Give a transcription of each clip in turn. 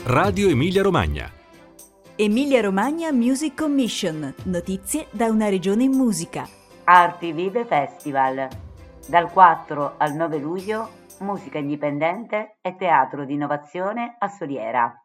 Radio Emilia Romagna. Emilia Romagna Music Commission. Notizie da una regione in musica. Arti Vive Festival. Dal 4 al 9 luglio, musica indipendente e teatro di innovazione a Soliera.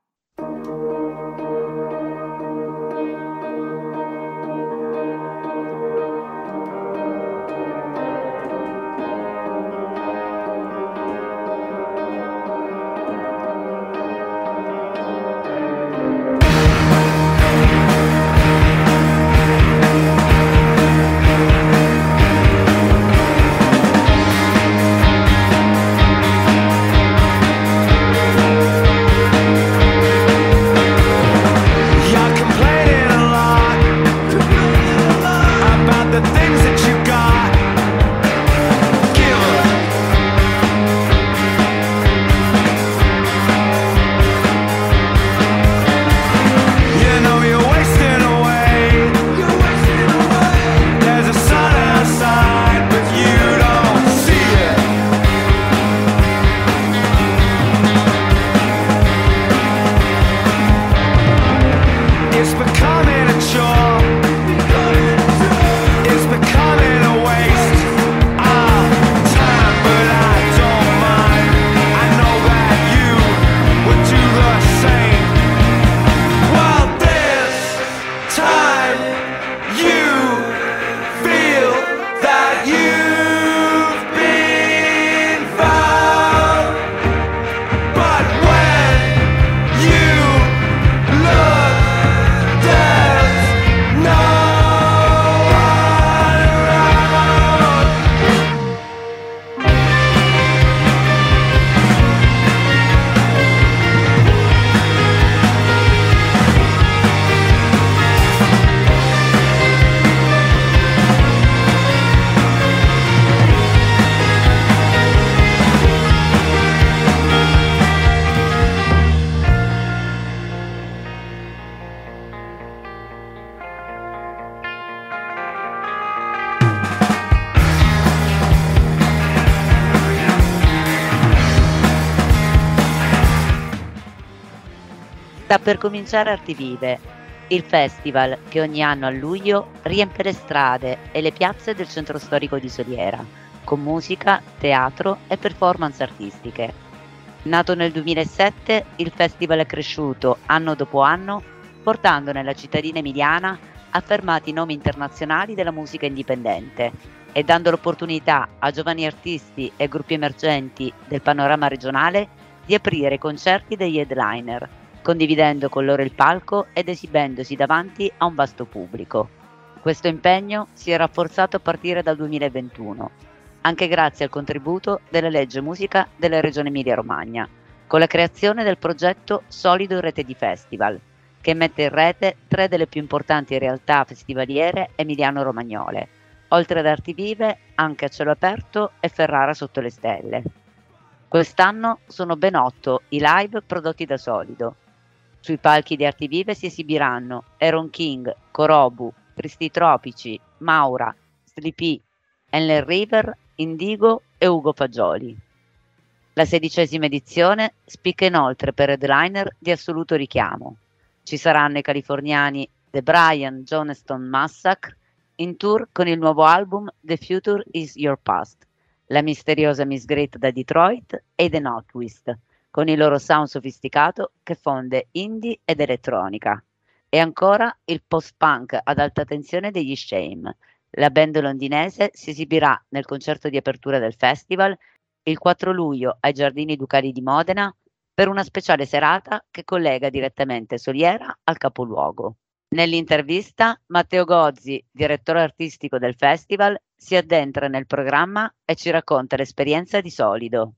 Sta per cominciare Arti Vive, il festival che ogni anno a luglio riempie le strade e le piazze del centro storico di Soliera, con musica, teatro e performance artistiche. Nato nel 2007, il festival è cresciuto anno dopo anno, portando nella cittadina emiliana affermati nomi internazionali della musica indipendente e dando l'opportunità a giovani artisti e gruppi emergenti del panorama regionale di aprire i concerti degli headliner, condividendo con loro il palco ed esibendosi davanti a un vasto pubblico. Questo impegno si è rafforzato a partire dal 2021, anche grazie al contributo della legge musica della Regione Emilia-Romagna, con la creazione del progetto Solido Rete di Festival, che mette in rete 3 delle più importanti realtà festivaliere emiliano-romagnole, oltre ad Arti Vive anche a Cielo Aperto e Ferrara Sotto le Stelle. Quest'anno sono ben 8 i live prodotti da Solido. Sui palchi di Arti Vive si esibiranno Aaron King, Korobu, Tristi Tropici, Maura, Sleepy, Enler River, Indigo e Ugo Fagioli. La 16ª edizione spicca inoltre per headliner di assoluto richiamo. Ci saranno i californiani The Brian Jonestown Massacre in tour con il nuovo album The Future Is Your Past, la misteriosa Miss Great da Detroit e The Northwest, con il loro sound sofisticato che fonde indie ed elettronica. E ancora il post-punk ad alta tensione degli Shame. La band londinese si esibirà nel concerto di apertura del festival il 4 luglio ai Giardini Ducali di Modena per una speciale serata che collega direttamente Soliera al capoluogo. Nell'intervista, Matteo Gozzi, direttore artistico del festival, si addentra nel programma e ci racconta l'esperienza di Solido.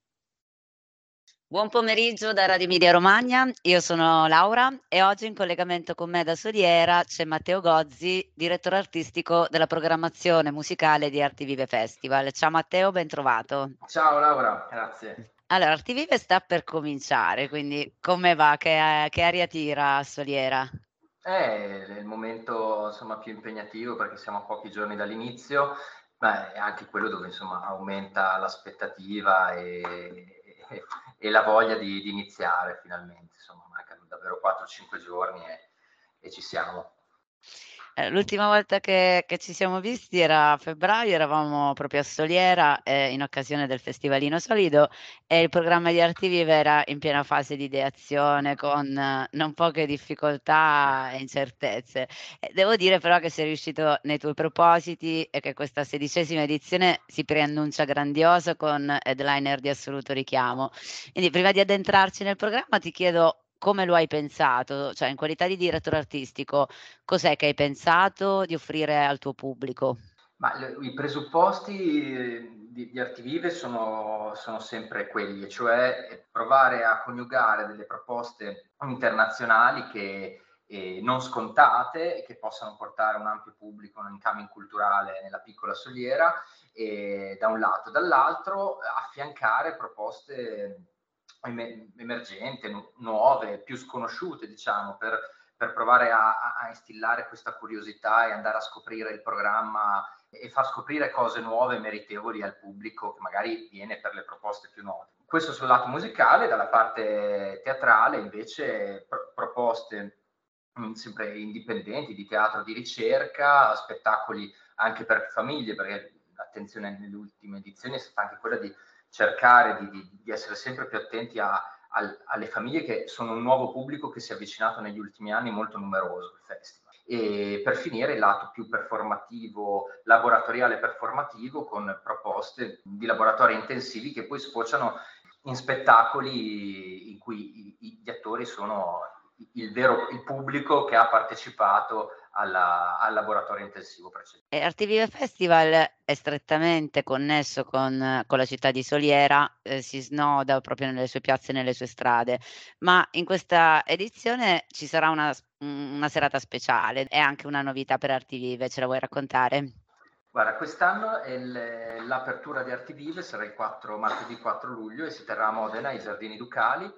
Buon pomeriggio da Radio Emilia Romagna, io sono Laura e oggi in collegamento con me da Soliera c'è Matteo Gozzi, direttore artistico della programmazione musicale di Arti Vive Festival. Ciao Matteo, ben trovato. Ciao Laura, grazie. Allora, Arti Vive sta per cominciare, quindi come va? Che aria tira a Soliera? È il momento insomma più impegnativo perché siamo a pochi giorni dall'inizio, ma è anche quello dove insomma aumenta l'aspettativa e la voglia di iniziare finalmente. Insomma, mancano davvero 4-5 giorni e ci siamo. L'ultima volta che ci siamo visti era a febbraio, eravamo proprio a Soliera, in occasione del Festivalino Solido e il programma di Artivive era in piena fase di ideazione con non poche difficoltà e incertezze. Devo dire però che sei riuscito nei tuoi propositi e che questa 16ª edizione si preannuncia grandiosa con headliner di assoluto richiamo. Quindi prima di addentrarci nel programma ti chiedo come lo hai pensato, cioè in qualità di direttore artistico. Cos'è che hai pensato di offrire al tuo pubblico? Ma i presupposti di Artivive sono sempre quelli, cioè provare a coniugare delle proposte internazionali che non scontate, che possano portare un ampio pubblico, un incoming culturale nella piccola Soliera, da un lato. Dall'altro affiancare proposte emergenti, nuove, più sconosciute, diciamo, per provare a instillare questa curiosità e andare a scoprire il programma e far scoprire cose nuove e meritevoli al pubblico che magari viene per le proposte più note. Questo sul lato musicale. Dalla parte teatrale invece proposte sempre indipendenti, di teatro di ricerca, spettacoli anche per famiglie, perché l'attenzione nelle ultime edizioni è stata anche quella di cercare di essere sempre più attenti alle famiglie, che sono un nuovo pubblico che si è avvicinato negli ultimi anni, molto numeroso al festival. E per finire il lato più performativo, laboratoriale performativo, con proposte di laboratori intensivi che poi sfociano in spettacoli in cui gli attori sono il pubblico che ha partecipato al laboratorio intensivo precedente. E Artivive Festival è strettamente connesso con la città di Soliera, si snoda proprio nelle sue piazze e nelle sue strade, ma in questa edizione ci sarà una serata speciale e anche una novità per Artivive, ce la vuoi raccontare? Guarda, quest'anno l'apertura di Artivive sarà il martedì 4 luglio e si terrà a Modena, ai Giardini Ducali.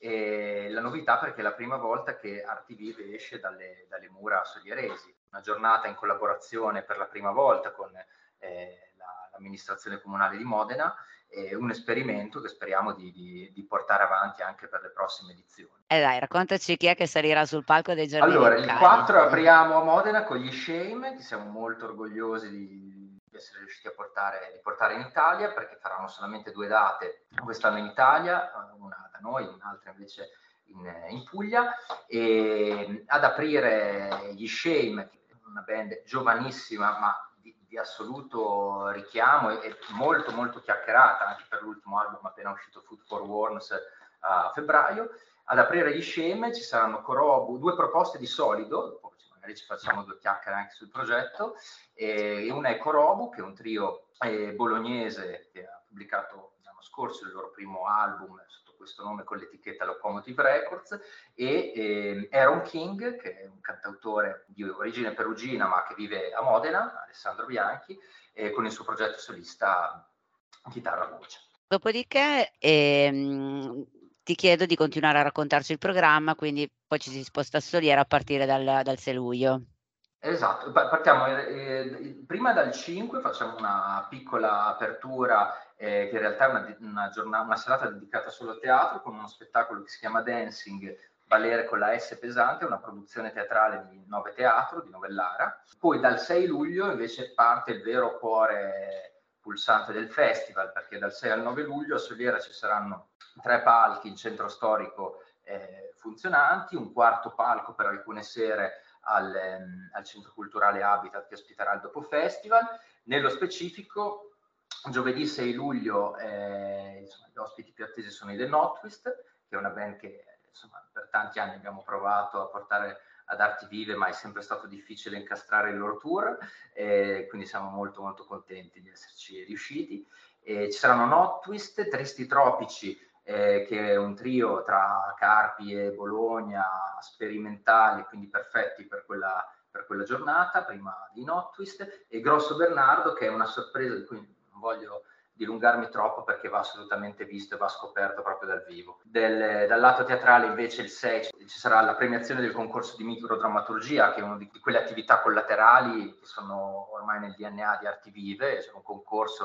E la novità, perché è la prima volta che Artivive esce dalle mura solieresi. Una giornata in collaborazione per la prima volta con l'amministrazione comunale di Modena, e un esperimento che speriamo di portare avanti anche per le prossime edizioni. Dai, raccontaci chi è che salirà sul palco dei Giardini Allora, il Ducali. 4 apriamo a Modena con gli Shame, che siamo molto orgogliosi di essere riusciti a portare in Italia, perché faranno solamente 2 date quest'anno in Italia, una da noi, un'altra invece in Puglia. E ad aprire gli Shame, una band giovanissima ma di assoluto richiamo e molto molto chiacchierata anche per l'ultimo album appena uscito, Food for Worms, a febbraio. Ad aprire gli Shame ci saranno Korobu, 2 proposte di solido, dopo magari ci facciamo 2 chiacchiere anche sul progetto, e una è Korobu, che è un trio bolognese che ha pubblicato l'anno scorso il loro primo album sotto questo nome con l'etichetta Locomotive Records, e Aaron King, che è un cantautore di origine perugina ma che vive a Modena, Alessandro Bianchi, con il suo progetto solista chitarra-voce. Dopodiché, ti chiedo di continuare a raccontarci il programma, quindi poi ci si sposta a Soliera a partire dal 6 luglio. Esatto, partiamo prima dal 5, facciamo una piccola apertura, che in realtà è una serata dedicata solo al teatro, con uno spettacolo che si chiama Dancing, Ballare con la S pesante, una produzione teatrale di Nove Teatro, di Novellara. Poi dal 6 luglio invece parte il vero cuore pulsante del festival, perché dal 6 al 9 luglio a Soliera ci saranno 3 palchi in centro storico funzionanti, un quarto palco per alcune sere al Centro Culturale Habitat, che ospiterà il Dopo Festival. Nello specifico, giovedì 6 luglio gli ospiti più attesi sono i The Notwist, che è una band che insomma, per tanti anni abbiamo provato a portare ad Artivive, ma è sempre stato difficile incastrare il loro tour, quindi siamo molto molto contenti di esserci riusciti. Ci saranno Notwist, Tristi Tropici, che è un trio tra Carpi e Bologna, sperimentali, quindi perfetti per quella giornata, prima di Notwist, e Grosso Bernardo, che è una sorpresa di cui non voglio dilungarmi troppo perché va assolutamente visto e va scoperto proprio dal vivo. Dal lato teatrale invece il 6 ci sarà la premiazione del concorso di microdrammaturgia, che è una di quelle attività collaterali che sono ormai nel DNA di Artivive. C'è un concorso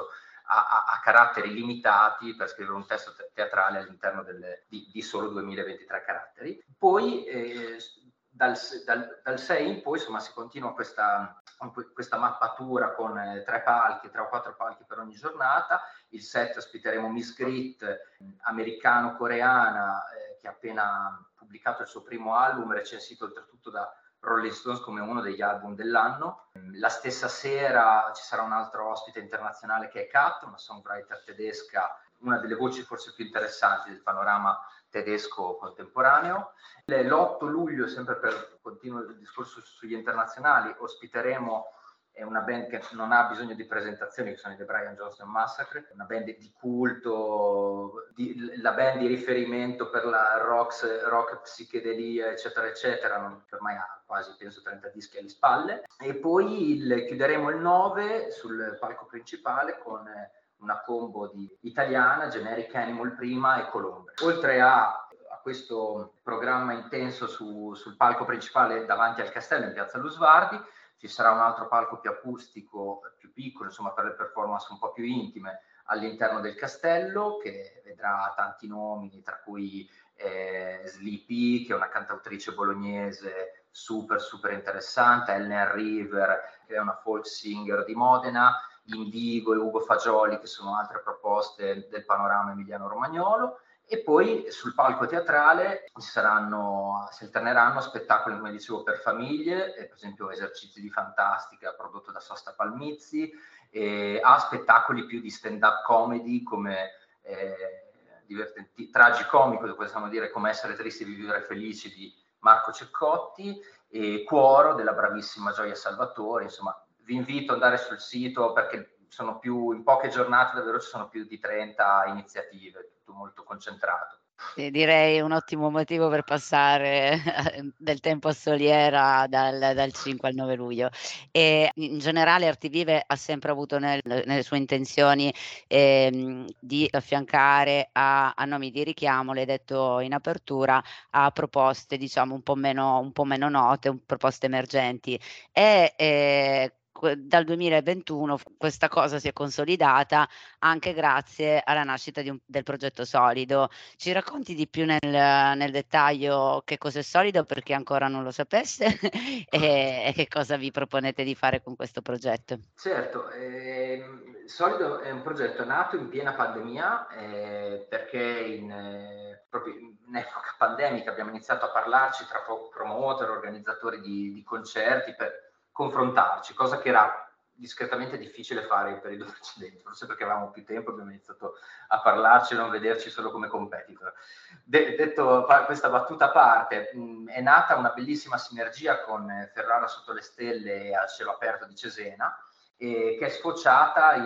a caratteri limitati per scrivere un testo teatrale all'interno di solo 2023 caratteri. Poi dal 6 in poi insomma si continua questa mappatura con 3 o 4 palchi per ogni giornata. Il 7 ospiteremo Miss Grit, americano-coreana, che ha appena pubblicato il suo primo album, recensito oltretutto da Rolling Stones come uno degli album dell'anno. La stessa sera ci sarà un altro ospite internazionale che è Kat, una songwriter tedesca, una delle voci forse più interessanti del panorama tedesco contemporaneo. L'8 luglio, sempre per continuare il discorso sugli internazionali, ospiteremo una band che non ha bisogno di presentazioni, che sono i The Brian Johnson Massacre, una band di culto, la band di riferimento per la rock psichedelia, eccetera, eccetera, che ormai ha quasi, penso, 30 dischi alle spalle. E poi chiuderemo il 9 sul palco principale con una combo italiana, Generic Animal prima e Colombe. Oltre a questo programma intenso sul palco principale davanti al castello in piazza Lusvardi, ci sarà un altro palco più acustico, più piccolo, insomma, per le performance un po' più intime all'interno del castello, che vedrà tanti nomi, tra cui Sleepy, che è una cantautrice bolognese super interessante, Ellen River, che è una folk singer di Modena, Indigo e Ugo Fagioli, che sono altre proposte del panorama emiliano-romagnolo. E poi sul palco teatrale si alterneranno spettacoli, come dicevo, per famiglie, per esempio Esercizi di Fantastica prodotto da Sosta Palmizzi, a spettacoli più di stand-up comedy come tragicomico, possiamo dire, Come essere tristi e vivere felici di Marco Ceccotti, e Cuoro della bravissima Gioia Salvatore. Insomma, vi invito ad andare sul sito, perché in poche giornate davvero ci sono più di 30 iniziative, tutto molto concentrato. Direi un ottimo motivo per passare del tempo a Soliera dal 5 al 9 luglio. E in generale Artivive ha sempre avuto nelle sue intenzioni di affiancare a nomi di richiamo, l'hai detto in apertura, a proposte diciamo un po' meno note, proposte emergenti. Dal 2021 questa cosa si è consolidata anche grazie alla nascita del progetto Solido. Ci racconti di più nel dettaglio che cos'è Solido, per chi ancora non lo sapesse, e che cosa vi proponete di fare con questo progetto? Certo, Solido è un progetto nato in piena pandemia, perché proprio in epoca pandemica abbiamo iniziato a parlarci tra promoter, organizzatori di concerti, per confrontarci, cosa che era discretamente difficile fare in periodo precedente, forse perché avevamo più tempo, abbiamo iniziato a parlarci e non vederci solo come competitor. Detto questa battuta a parte, è nata una bellissima sinergia con Ferrara sotto le stelle e Al cielo aperto di Cesena, che è sfociata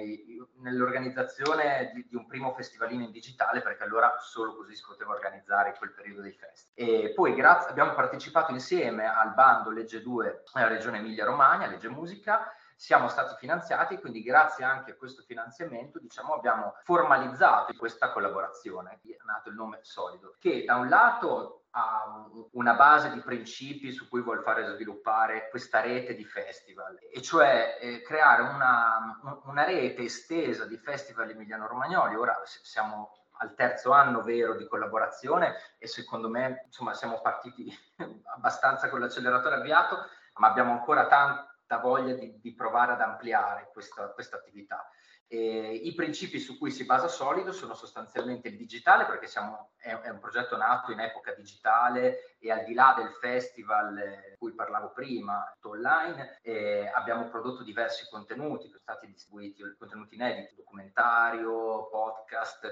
nell'organizzazione di un primo festivalino in digitale, perché allora solo così si poteva organizzare in quel periodo dei festival. E poi abbiamo partecipato insieme al bando Legge 2 alla Regione Emilia-Romagna, Legge Musica. Siamo stati finanziati, quindi grazie anche a questo finanziamento, diciamo, abbiamo formalizzato questa collaborazione. È nato il nome Solido, che da un lato ha una base di principi su cui vuol fare sviluppare questa rete di festival, e cioè creare una rete estesa di festival emiliano-romagnoli. Ora siamo al terzo anno vero di collaborazione e secondo me, insomma, siamo partiti abbastanza con l'acceleratore avviato, ma abbiamo ancora tanta voglia di provare ad ampliare questa attività. I principi su cui si basa Solido sono sostanzialmente il digitale, perché è un progetto nato in epoca digitale, e al di là del festival di cui parlavo prima, online, abbiamo prodotto diversi contenuti, sono stati distribuiti contenuti inediti, documentario, podcast,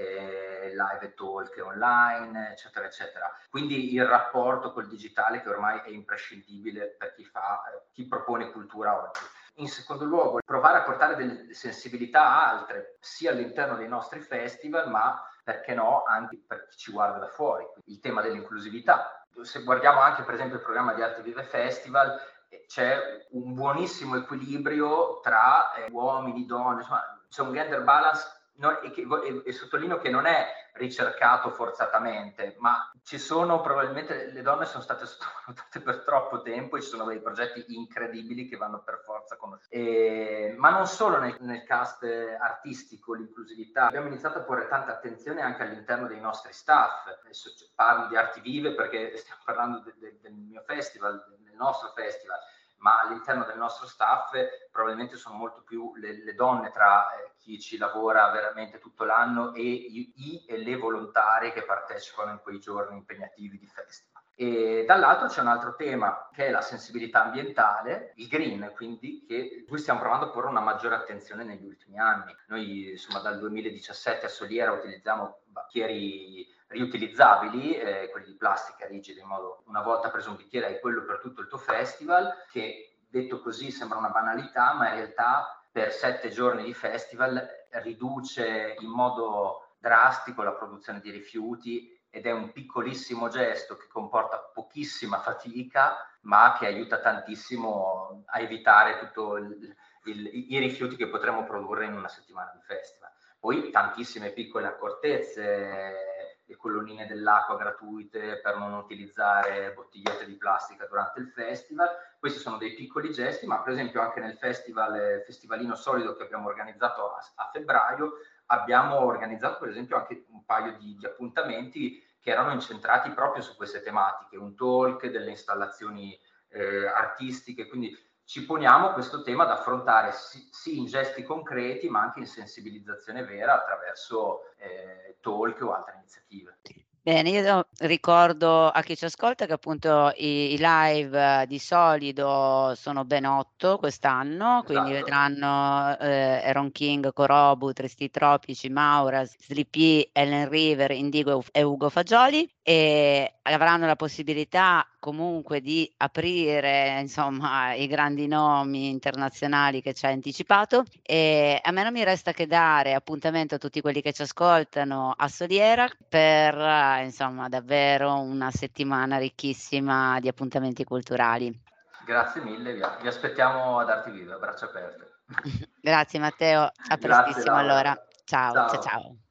live e talk online, eccetera, eccetera. Quindi il rapporto col digitale, che ormai è imprescindibile per chi propone cultura oggi. In secondo luogo, provare a portare delle sensibilità altre, sia all'interno dei nostri festival, ma perché no, anche per chi ci guarda da fuori. Il tema dell'inclusività. Se guardiamo anche, per esempio, il programma di Artivive Festival, c'è un buonissimo equilibrio tra uomini, donne, insomma, c'è un gender balance, e sottolineo che non è ricercato forzatamente, ma ci sono probabilmente, le donne sono state sottovalutate per troppo tempo e ci sono dei progetti incredibili che vanno per forza conosciuti. Ma non solo nel cast artistico, l'inclusività, abbiamo iniziato a porre tanta attenzione anche all'interno dei nostri staff. Adesso parlo di Arti Vive perché stiamo parlando del mio festival, del nostro festival, ma all'interno del nostro staff probabilmente sono molto più le donne tra chi ci lavora veramente tutto l'anno e i e le volontarie che partecipano in quei giorni impegnativi di festival. E dall'altro c'è un altro tema che è la sensibilità ambientale, il green, quindi che cui stiamo provando a porre una maggiore attenzione negli ultimi anni. Noi insomma dal 2017 a Soliera utilizziamo bicchieri riutilizzabili, quelli di plastica rigida, in modo una volta preso un bicchiere hai quello per tutto il tuo festival, che detto così sembra una banalità, ma in realtà per 7 giorni di festival riduce in modo drastico la produzione di rifiuti ed è un piccolissimo gesto che comporta pochissima fatica, ma che aiuta tantissimo a evitare tutti i rifiuti che potremmo produrre in una settimana di festival. Poi tantissime piccole accortezze, le colonnine dell'acqua gratuite per non utilizzare bottigliette di plastica durante il festival. Questi sono dei piccoli gesti, ma per esempio anche nel Festivalino Solido che abbiamo organizzato a febbraio, abbiamo organizzato per esempio anche un paio di appuntamenti che erano incentrati proprio su queste tematiche, un talk, delle installazioni artistiche, quindi ci poniamo questo tema da affrontare sì in gesti concreti, ma anche in sensibilizzazione vera attraverso talk o altre iniziative. Bene, io ricordo a chi ci ascolta che appunto i live di Solido sono ben 8 quest'anno, quindi Esatto. vedranno Aaron King, Korobu, Tristi Tropici, Maura, Sleepy, Ellen River, Indigo e Ugo Fagioli, e avranno la possibilità comunque di aprire insomma i grandi nomi internazionali che ci hai anticipato, e a me non mi resta che dare appuntamento a tutti quelli che ci ascoltano a Soliera per insomma davvero una settimana ricchissima di appuntamenti culturali. Grazie mille, vi aspettiamo ad Arti Vive, a braccia aperte. Grazie Matteo, a Grazie prestissimo Laura. allora. Ciao, Ciao. ciao.